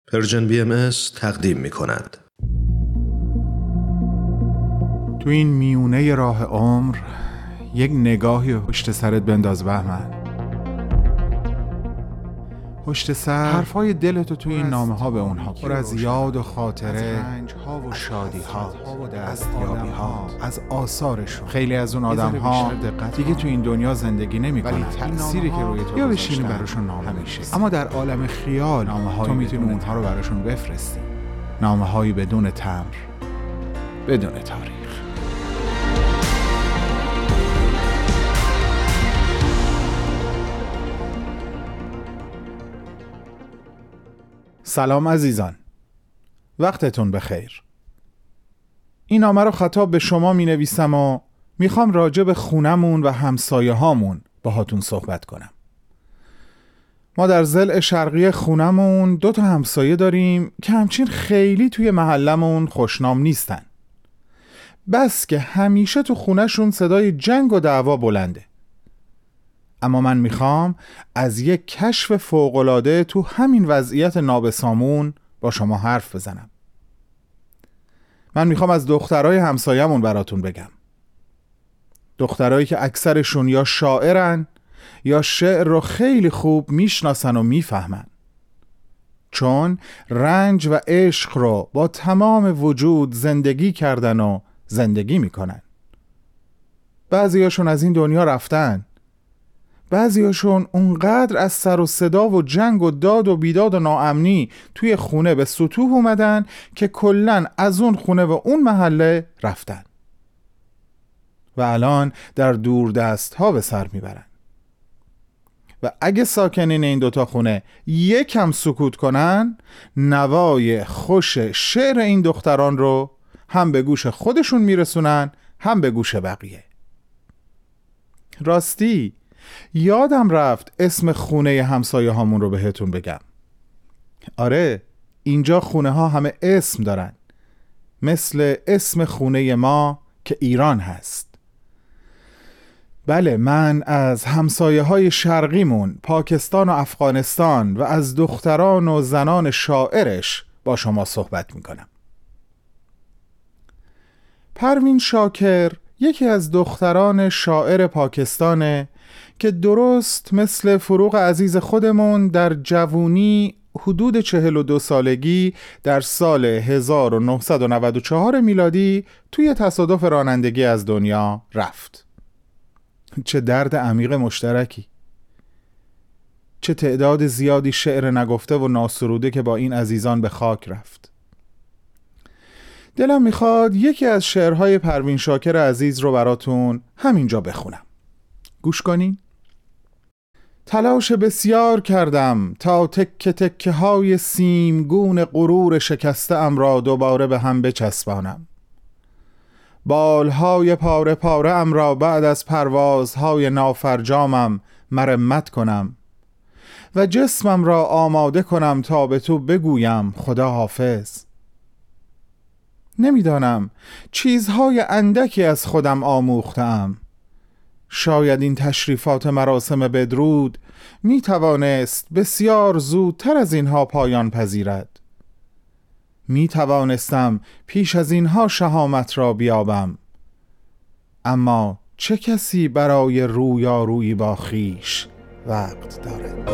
پرژن BMS تقدیم می کند. تو این میونه راه عمر یک نگاهی پشت سرت بنداز بهمن. پشت سر حرفای دلتو توی این نامه ها به اونها پر از یاد و خاطره، از رنج ها و شادی ها، از دستیابی ها، از آثارشون. خیلی از اون آدم ها دیگه تو این دنیا زندگی نمی کنن، ولی تأثیری که روی تو یا بشینی براشون نامه میشه. اما در عالم خیال تو میتونی اونها رو براشون بفرستی. نامه هایی بدون تمر، بدون تاریخ. سلام عزیزان، وقتتون بخیر. این نامه رو خطاب به شما می نویسم و میخوام راجع به خونمون و همسایه هامون باهاتون صحبت کنم. ما در ضلع شرقی خونمون 2 همسایه داریم که همچین خیلی توی محلمون خوشنام نیستن، بس که همیشه تو خونهشون صدای جنگ و دعوا بلنده. اما من میخوام از یک کشف فوق‌العاده تو همین وضعیت نابسامون با شما حرف بزنم. من میخوام از دخترای همسایه‌مون براتون بگم. دخترایی که اکثرشون یا شاعرن یا شعر رو خیلی خوب میشناسن و میفهمن، چون رنج و عشق رو با تمام وجود زندگی کردن و زندگی میکنن. بعضیاشون از این دنیا رفتن، بعضیاشون اونقدر از سر و صدا و جنگ و داد و بیداد و ناامنی توی خونه به سطوح اومدن که کلن از اون خونه و اون محله رفتن و الان در دوردست ها به سر میبرن. و اگه ساکنین این 2 خونه یکم سکوت کنن، نوای خوش شعر این دختران رو هم به گوش خودشون میرسونن هم به گوش بقیه. راستی یادم رفت اسم خونه همسایه هامون رو بهتون بگم. آره، اینجا خونه ها همه اسم دارن، مثل اسم خونه ما که ایران هست. بله، من از همسایه های شرقیمون، پاکستان و افغانستان و از دختران و زنان شاعرش با شما صحبت میکنم. پروین شاکر یکی از دختران شاعر پاکستانه که درست مثل فروغ عزیز خودمون در جوونی حدود 42 سالگی در سال 1994 میلادی توی تصادف رانندگی از دنیا رفت. چه درد عمیق مشترکی، چه تعداد زیادی شعر نگفته و ناسروده که با این عزیزان به خاک رفت. دلم میخواد یکی از شعرهای پروین شاکر عزیز رو براتون همینجا بخونم. گوش کنین. تلاش بسیار کردم تا تکه تکه های سیمگون غرور شکسته ام را دوباره به هم بچسبانم. بالهای پاره پاره ام را بعد از پروازهای نافرجامم مرمت کنم و جسمم را آماده کنم تا به تو بگویم خدا حافظ. نمیدانم، چیزهای اندکی از خودم آموختم. شاید این تشریفات مراسم بدرود می توانست بسیار زودتر از اینها پایان پذیرد. می توانستم پیش از اینها شهامت را بیابم، اما چه کسی برای رویارویی با خویش وقت دارد؟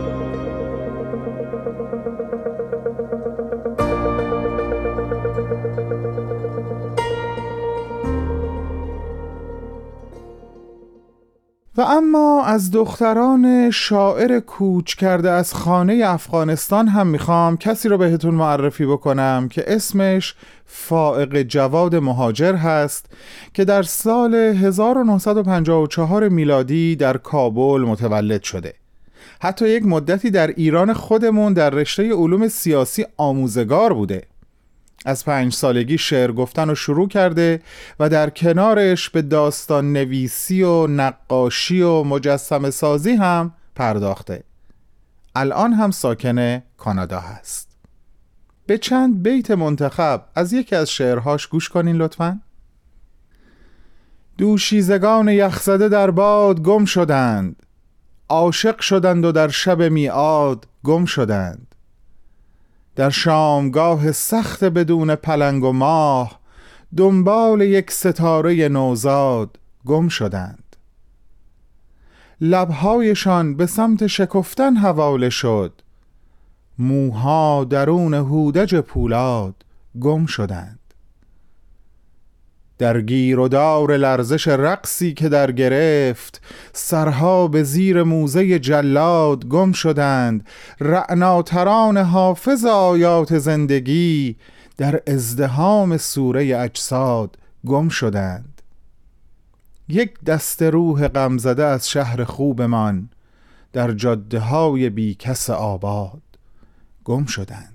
و اما از دختران شاعر کوچ کرده از خانه افغانستان هم میخوام کسی رو بهتون معرفی بکنم که اسمش فائق جواد مهاجر هست که در سال 1954 میلادی در کابل متولد شده. حتی یک مدتی در ایران خودمون در رشته علوم سیاسی آموزگار بوده. از 5 سالگی شعر گفتن رو شروع کرده و در کنارش به داستان نویسی و نقاشی و مجسمه سازی هم پرداخته. الان هم ساکن کانادا هست. به چند بیت منتخب از یکی از شعرهاش گوش کنین لطفاً. دوشیزگان یخزده در باد گم شدند، عاشق شدند و در شب میعاد گم شدند. در شامگاه سخت بدون پلنگ و ماه دنبال یک ستاره نوزاد گم شدند. لبهایشان به سمت شکفتن حواله شد، موها درون هودج پولاد گم شدند. در گیر و دار لرزش رقصی که در گرفت، سرها به زیر موزه جلاد گم شدند. رعناتران حافظ آیات زندگی در ازدحام سوره اجساد گم شدند. یک دست روح غمزده از شهر خوبمان در جاده های بی کس آباد گم شدند.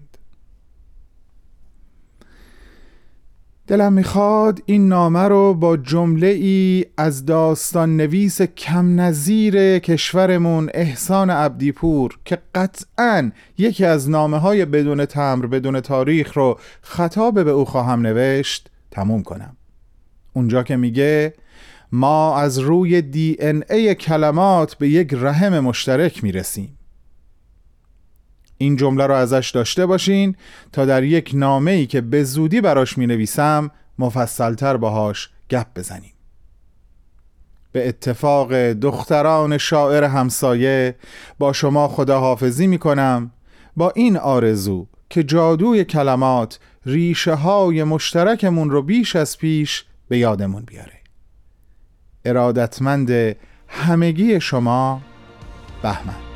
دلم میخواد این نامه رو با جمله ای از داستان نویس کم نظیر کشورمون احسان عبدیپور که قطعاً یکی از نامه های بدون تمر بدون تاریخ رو خطاب به او خواهم نوشت تموم کنم. اونجا که میگه ما از روی DNA کلمات به یک رحم مشترک میرسیم. این جمله رو ازش داشته باشین تا در یک نامه‌ای که به زودی براش می‌نویسم مفصل‌تر باهاش گپ بزنیم. به اتفاق دختران شاعر همسایه با شما خداحافظی می‌کنم، با این آرزو که جادوی کلمات ریشه‌های مشترکمون رو بیش از پیش به یادمون بیاره. ارادتمند همگی شما، بهمن.